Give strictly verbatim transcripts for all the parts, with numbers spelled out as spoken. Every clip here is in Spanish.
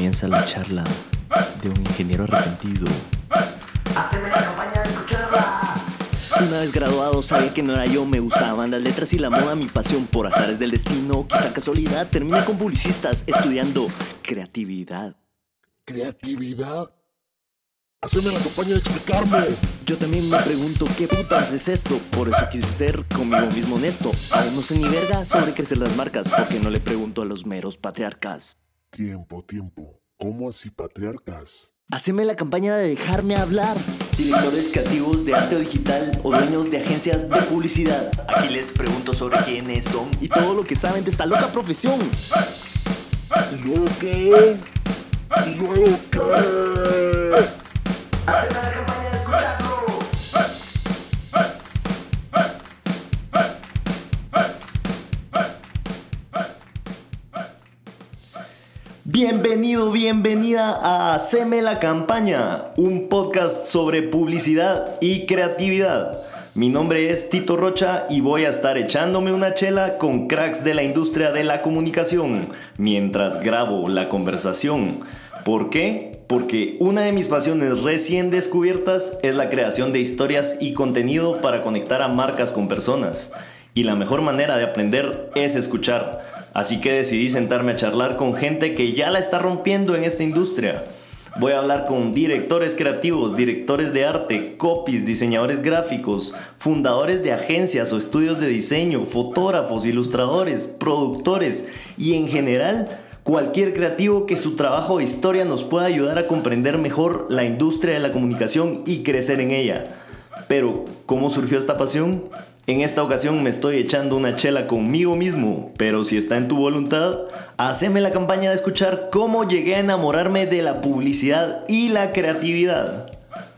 comienza la charla de un ingeniero arrepentido. ¡Haceme la campaña de escucharla! Una vez graduado sabía que no era yo, me gustaban las letras y la moda, mi pasión por azares del destino. Quizá casualidad terminé con publicistas estudiando creatividad. ¿Creatividad? ¡Haceme la campaña de explicarme! Yo también me pregunto qué putas es esto, por eso quise ser conmigo mismo honesto. Aún no sé ni verga sobre crecer las marcas, porque no le pregunto a los meros patriarcas. Tiempo, tiempo. ¿Cómo así patriarcas? Haceme la campaña de dejarme hablar. Directores creativos de arte o digital o dueños de agencias de publicidad. Aquí les pregunto sobre quiénes son y todo lo que saben de esta loca profesión. ¿Y luego qué? ¿Y luego qué? ¡Haceme la campaña de escucharlo! Bienvenido, bienvenida a Haceme la Campaña, un podcast sobre publicidad y creatividad. Mi nombre es Tito Rocha y voy a estar echándome una chela con cracks de la industria de la comunicación mientras grabo la conversación. ¿Por qué? Porque una de mis pasiones recién descubiertas es la creación de historias y contenido para conectar a marcas con personas. Y la mejor manera de aprender es escuchar. Así que decidí sentarme a charlar con gente que ya la está rompiendo en esta industria. Voy a hablar con directores creativos, directores de arte, copies, diseñadores gráficos, fundadores de agencias o estudios de diseño, fotógrafos, ilustradores, productores y en general cualquier creativo que su trabajo o historia nos pueda ayudar a comprender mejor la industria de la comunicación y crecer en ella. Pero, ¿cómo surgió esta pasión? En esta ocasión me estoy echando una chela conmigo mismo, pero si está en tu voluntad, haceme la campaña de escuchar cómo llegué a enamorarme de la publicidad y la creatividad.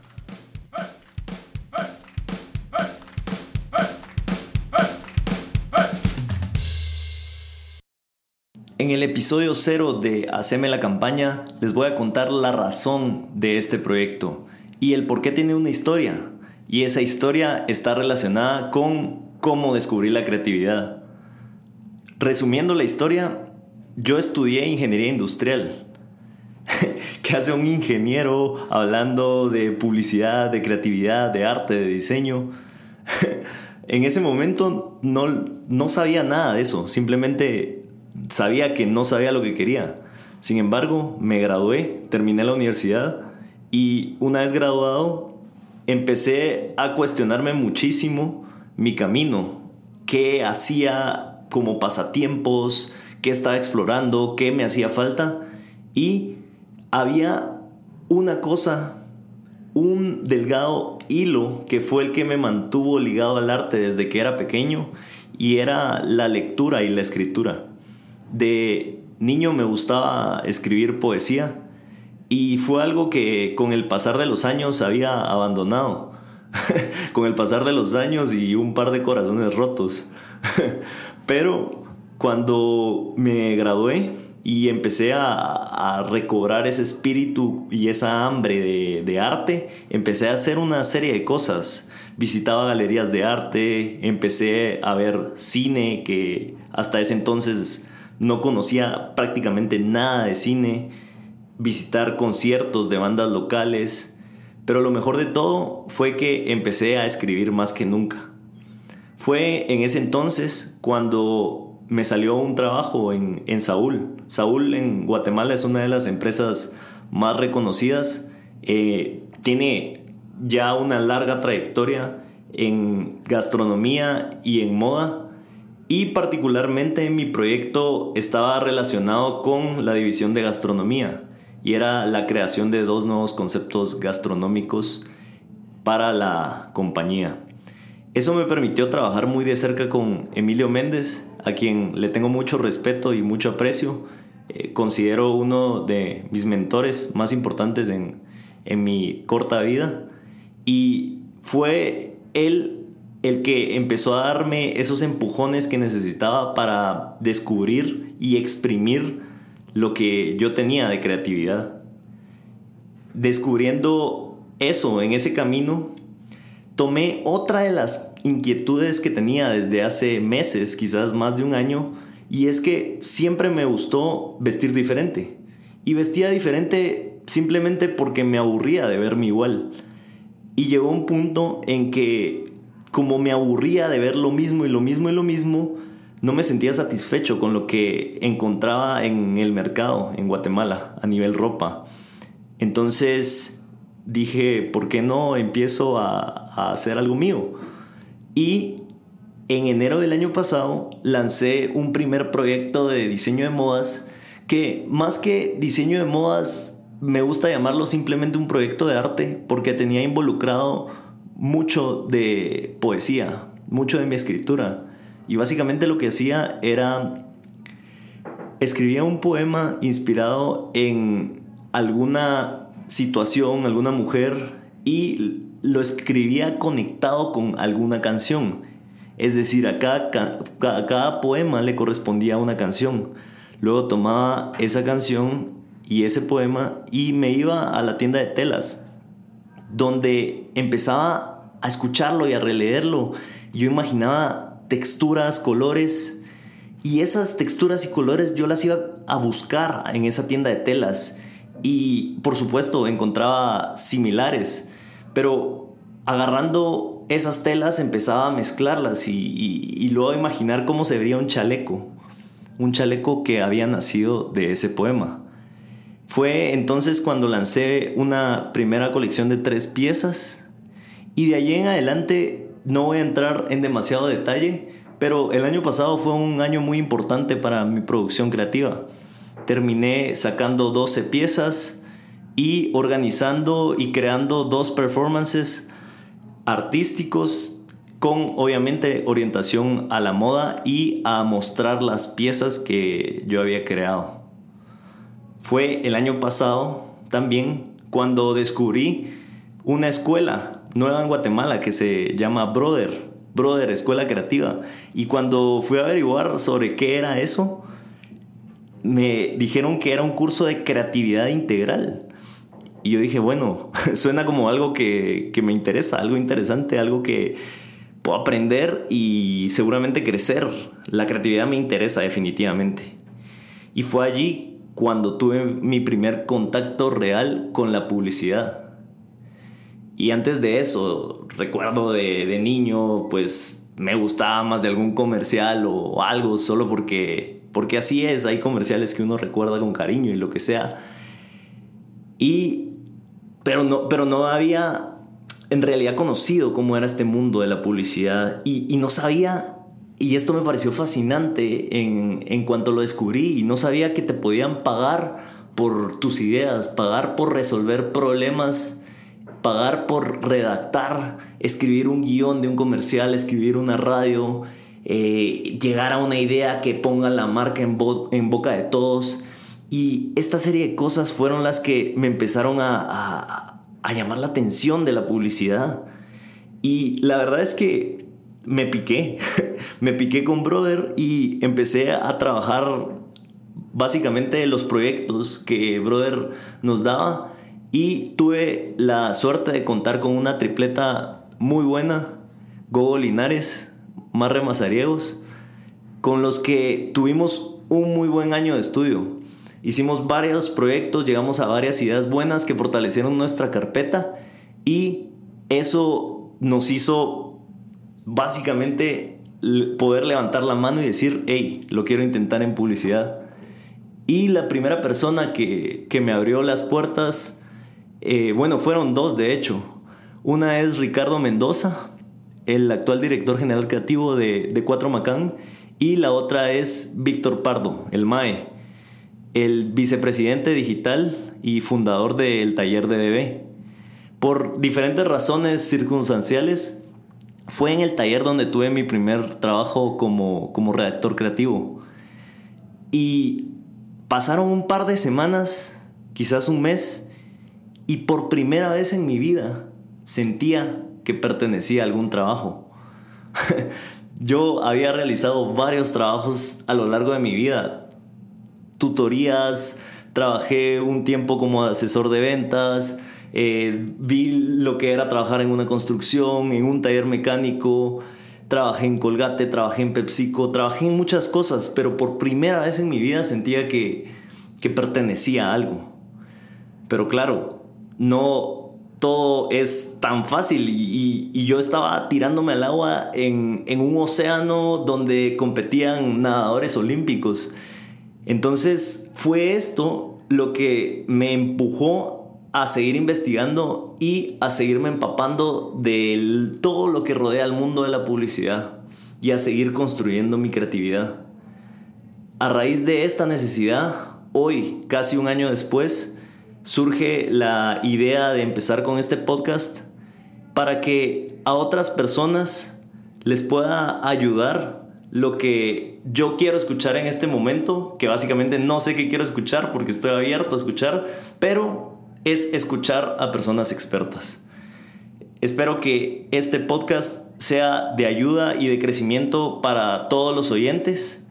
En el episodio cero de Haceme la campaña les voy a contar la razón de este proyecto y el por qué tiene una historia. Y esa historia está relacionada con cómo descubrir la creatividad. Resumiendo la historia, yo estudié ingeniería industrial. ¿Qué hace un ingeniero hablando de publicidad, de creatividad, de arte, de diseño? En ese momento no, no sabía nada de eso. Simplemente sabía que no sabía lo que quería. Sin embargo, me gradué, terminé la universidad y una vez graduado empecé a cuestionarme muchísimo mi camino, qué hacía como pasatiempos, qué estaba explorando, qué me hacía falta. Y había una cosa, un delgado hilo que fue el que me mantuvo ligado al arte desde que era pequeño, y era la lectura y la escritura. De niño me gustaba escribir poesía, y fue algo que con el pasar de los años había abandonado. Con el pasar de los años y un par de corazones rotos. Pero cuando me gradué y empecé a, a recobrar ese espíritu y esa hambre de, de arte, empecé a hacer una serie de cosas. Visitaba galerías de arte, empecé a ver cine, que hasta ese entonces no conocía prácticamente nada de cine. Visitar conciertos de bandas locales, pero lo mejor de todo fue que empecé a escribir más que nunca. Fue en ese entonces cuando me salió un trabajo en, en Saúl. Saúl en Guatemala es una de las empresas más reconocidas. Eh, tiene ya una larga trayectoria en gastronomía y en moda. Y particularmente mi proyecto estaba relacionado con la división de gastronomía. Y era la creación de dos nuevos conceptos gastronómicos para la compañía. Eso me permitió trabajar muy de cerca con Emilio Méndez, a quien le tengo mucho respeto y mucho aprecio. Eh, considero uno de mis mentores más importantes en, en mi corta vida. Y fue él el que empezó a darme esos empujones que necesitaba para descubrir y exprimir lo que yo tenía de creatividad. Descubriendo eso en ese camino, tomé otra de las inquietudes que tenía desde hace meses, quizás más de un año, y es que siempre me gustó vestir diferente. y vestía diferente simplemente porque me aburría de verme igual. Y llegó un punto en que, como me aburría de ver lo mismo y lo mismo y lo mismo, no me sentía satisfecho con lo que encontraba en el mercado en Guatemala a nivel ropa. Entonces dije, ¿por qué no empiezo a, a hacer algo mío? Y en enero del año pasado lancé un primer proyecto de diseño de modas que, más que diseño de modas, me gusta llamarlo simplemente un proyecto de arte, porque tenía involucrado mucho de poesía, mucho de mi escritura. Y básicamente lo que hacía era, escribía un poema inspirado en alguna situación, alguna mujer, y lo escribía conectado con alguna canción. Es decir, a cada, a cada poema le correspondía una canción. Luego tomaba esa canción y ese poema y me iba a la tienda de telas, donde empezaba a escucharlo y a releerlo. Yo imaginaba texturas, colores, y esas texturas y colores yo las iba a buscar en esa tienda de telas, y por supuesto encontraba similares, pero agarrando esas telas empezaba a mezclarlas y, y, y luego a imaginar cómo se vería un chaleco, un chaleco que había nacido de ese poema. Fue entonces cuando lancé una primera colección de tres piezas, y de allí en adelante no voy a entrar en demasiado detalle, pero el año pasado fue un año muy importante para mi producción creativa. Terminé sacando doce piezas y organizando y creando dos performances artísticos con, obviamente, orientación a la moda y a mostrar las piezas que yo había creado. Fue el año pasado también cuando descubrí una escuela nueva en Guatemala que se llama Brother, Brother Escuela Creativa. Y cuando fui a averiguar sobre qué era eso, me dijeron que era un curso de creatividad integral. Y yo dije, bueno, suena como algo que, que me interesa, algo interesante, algo que puedo aprender y seguramente crecer. La creatividad me interesa definitivamente. Y fue allí cuando tuve mi primer contacto real con la publicidad. Y antes de eso, recuerdo de, de niño, pues me gustaba más de algún comercial o algo, solo porque, porque así es, hay comerciales que uno recuerda con cariño y lo que sea. Y, pero, no, pero no había en realidad conocido cómo era este mundo de la publicidad, y, y no sabía, y esto me pareció fascinante en, en cuanto lo descubrí, y no sabía que te podían pagar por tus ideas, pagar por resolver problemas, pagar por redactar, escribir un guión de un comercial, escribir una radio, eh, llegar a una idea que ponga la marca en, bo- en boca de todos. Y esta serie de cosas fueron las que me empezaron a, a, a llamar la atención de la publicidad. Y la verdad es que me piqué, me piqué con Brother y empecé a trabajar básicamente los proyectos que Brother nos daba. Y tuve la suerte de contar con una tripleta muy buena, Gogo Linares, Marre Mazariegos, con los que tuvimos un muy buen año de estudio. Hicimos varios proyectos, llegamos a varias ideas buenas que fortalecieron nuestra carpeta, y eso nos hizo básicamente poder levantar la mano y decir, hey, lo quiero intentar en publicidad. Y la primera persona que, que me abrió las puertas, Eh, bueno, fueron dos de hecho. Una es Ricardo Mendoza, el actual director general creativo de, de Cuatro Macán, y la otra es Víctor Pardo, el M A E, el vicepresidente digital y fundador del taller de D B. Por diferentes razones circunstanciales, fue en el taller donde tuve mi primer trabajo como, como redactor creativo. Y pasaron un par de semanas, quizás un mes, y por primera vez en mi vida sentía que pertenecía a algún trabajo. Yo había realizado varios trabajos a lo largo de mi vida. Tutorías, trabajé un tiempo como asesor de ventas, eh, vi lo que era trabajar en una construcción, en un taller mecánico, trabajé en Colgate, trabajé en PepsiCo, trabajé en muchas cosas, pero por primera vez en mi vida sentía que, que pertenecía a algo. Pero claro, no todo es tan fácil y, y, y yo estaba tirándome al agua en, en un océano donde competían nadadores olímpicos. Entonces fue esto lo que me empujó a seguir investigando y a seguirme empapando de todo lo que rodea al mundo de la publicidad y a seguir construyendo mi creatividad. A raíz de esta necesidad, hoy, casi un año después, surge la idea de empezar con este podcast para que a otras personas les pueda ayudar lo que yo quiero escuchar en este momento, que básicamente no sé qué quiero escuchar porque estoy abierto a escuchar, pero es escuchar a personas expertas. Espero que este podcast sea de ayuda y de crecimiento para todos los oyentes.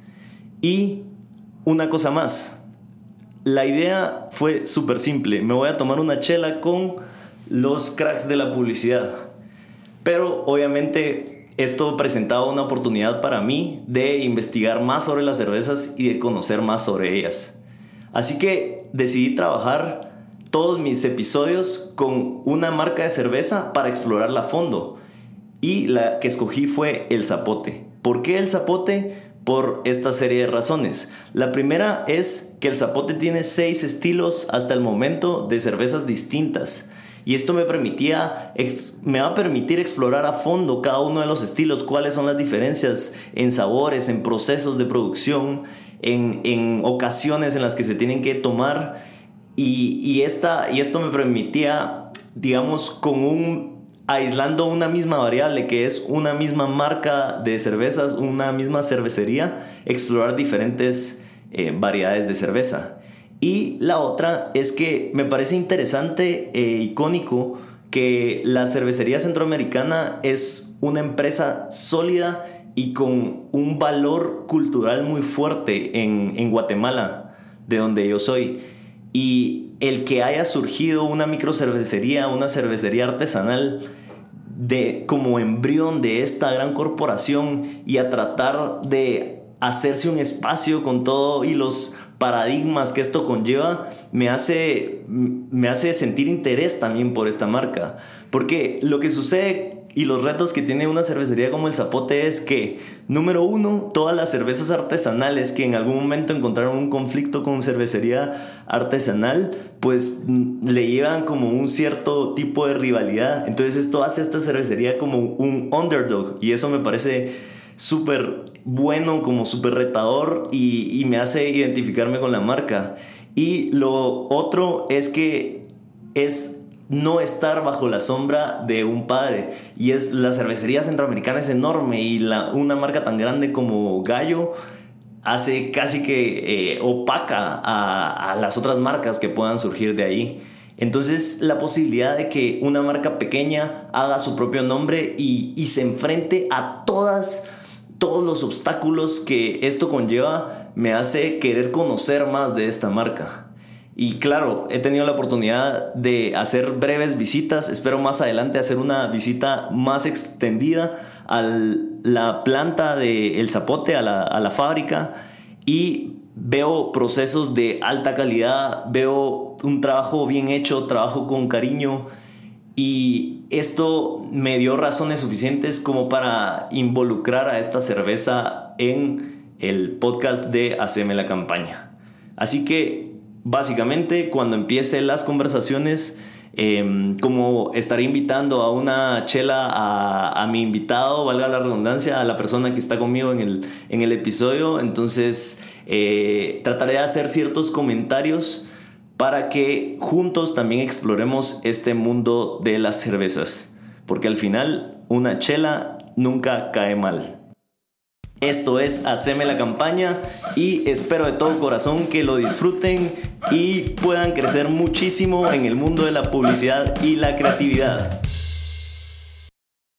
Y una cosa más, la idea fue súper simple. Me voy a tomar una chela con los cracks de la publicidad, pero obviamente esto presentaba una oportunidad para mí de investigar más sobre las cervezas y de conocer más sobre ellas. Así que decidí trabajar todos mis episodios con una marca de cerveza para explorarla a fondo, y la que escogí fue El Zapote. ¿Por qué El Zapote? Por esta serie de razones. La primera es que El Zapote tiene seis estilos hasta el momento de cervezas distintas, y esto me permitía me va a permitir explorar a fondo cada uno de los estilos, cuáles son las diferencias en sabores, en procesos de producción, en, en ocasiones en las que se tienen que tomar. Y, y, esta, y esto me permitía, digamos, con un, aislando una misma variable que es una misma marca de cervezas, una misma cervecería, explorar diferentes eh, variedades de cerveza. Y la otra es que me parece interesante e icónico que la cervecería centroamericana es una empresa sólida y con un valor cultural muy fuerte en, en Guatemala, de donde yo soy. Y el que haya surgido una microcervecería, una cervecería artesanal de, como embrión de esta gran corporación, y a tratar de hacerse un espacio con todo y los paradigmas que esto conlleva, me hace, me hace sentir interés también por esta marca. Porque lo que sucede y los retos que tiene una cervecería como El Zapote es que, número uno, todas las cervezas artesanales que en algún momento encontraron un conflicto con cervecería artesanal, pues le llevan como un cierto tipo de rivalidad. Entonces esto hace a esta cervecería como un underdog, y eso me parece súper bueno, como súper retador, y, y me hace identificarme con la marca. Y lo otro es que es no estar bajo la sombra de un padre, y es la cervecería centroamericana es enorme, y la, una marca tan grande como Gallo hace casi que eh, opaca a, a las otras marcas que puedan surgir de ahí. Entonces la posibilidad de que una marca pequeña haga su propio nombre y, y se enfrente a todas todos los obstáculos que esto conlleva me hace querer conocer más de esta marca. Y claro, he tenido la oportunidad de hacer breves visitas. Espero más adelante hacer una visita más extendida a la planta de El Zapote, a la, a la fábrica, y veo procesos de alta calidad, veo un trabajo bien hecho, trabajo con cariño, y esto me dio razones suficientes como para involucrar a esta cerveza en el podcast de Haceme la Campaña. Así que básicamente, cuando empiece las conversaciones, eh, como estaré invitando a una chela a, a mi invitado, valga la redundancia, a la persona que está conmigo en el, en el episodio, entonces eh, trataré de hacer ciertos comentarios para que juntos también exploremos este mundo de las cervezas, porque al final una chela nunca cae mal. Esto es Haceme la Campaña, y espero de todo corazón que lo disfruten y puedan crecer muchísimo en el mundo de la publicidad y la creatividad.